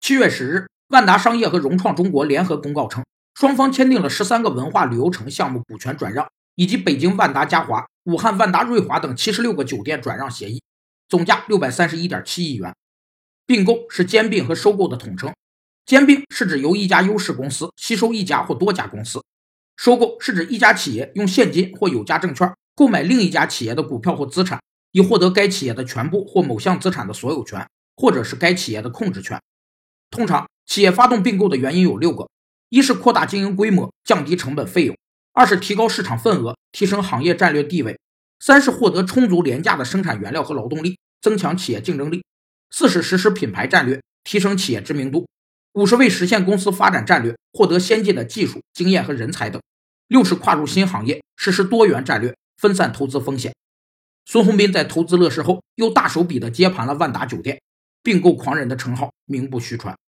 7月10日，万达商业和融创中国联合公告称，双方签订了13个文化旅游城项目股权转让，以及北京万达嘉华、武汉万达瑞华等76个酒店转让协议，总价631.7亿元。并购是兼并和收购的统称，兼并是指由一家优势公司吸收一家或多家公司，收购是指一家企业用现金或有价证券购买另一家企业的股票或资产，以获得该企业的全部或某项资产的所有权，或者是该企业的控制权。通常，企业发动并购的原因有6个：一是扩大经营规模，降低成本费用；二是提高市场份额，提升行业战略地位；三是获得充足廉价的生产原料和劳动力，增强企业竞争力；四是实施品牌战略，提升企业知名度；五是为实现公司发展战略，获得先进的技术、经验和人才等；六是跨入新行业，实施多元战略，分散投资风险。孙宏斌在投资乐视后，又大手笔地接盘了万达酒店，并购狂人的称号名不虚传。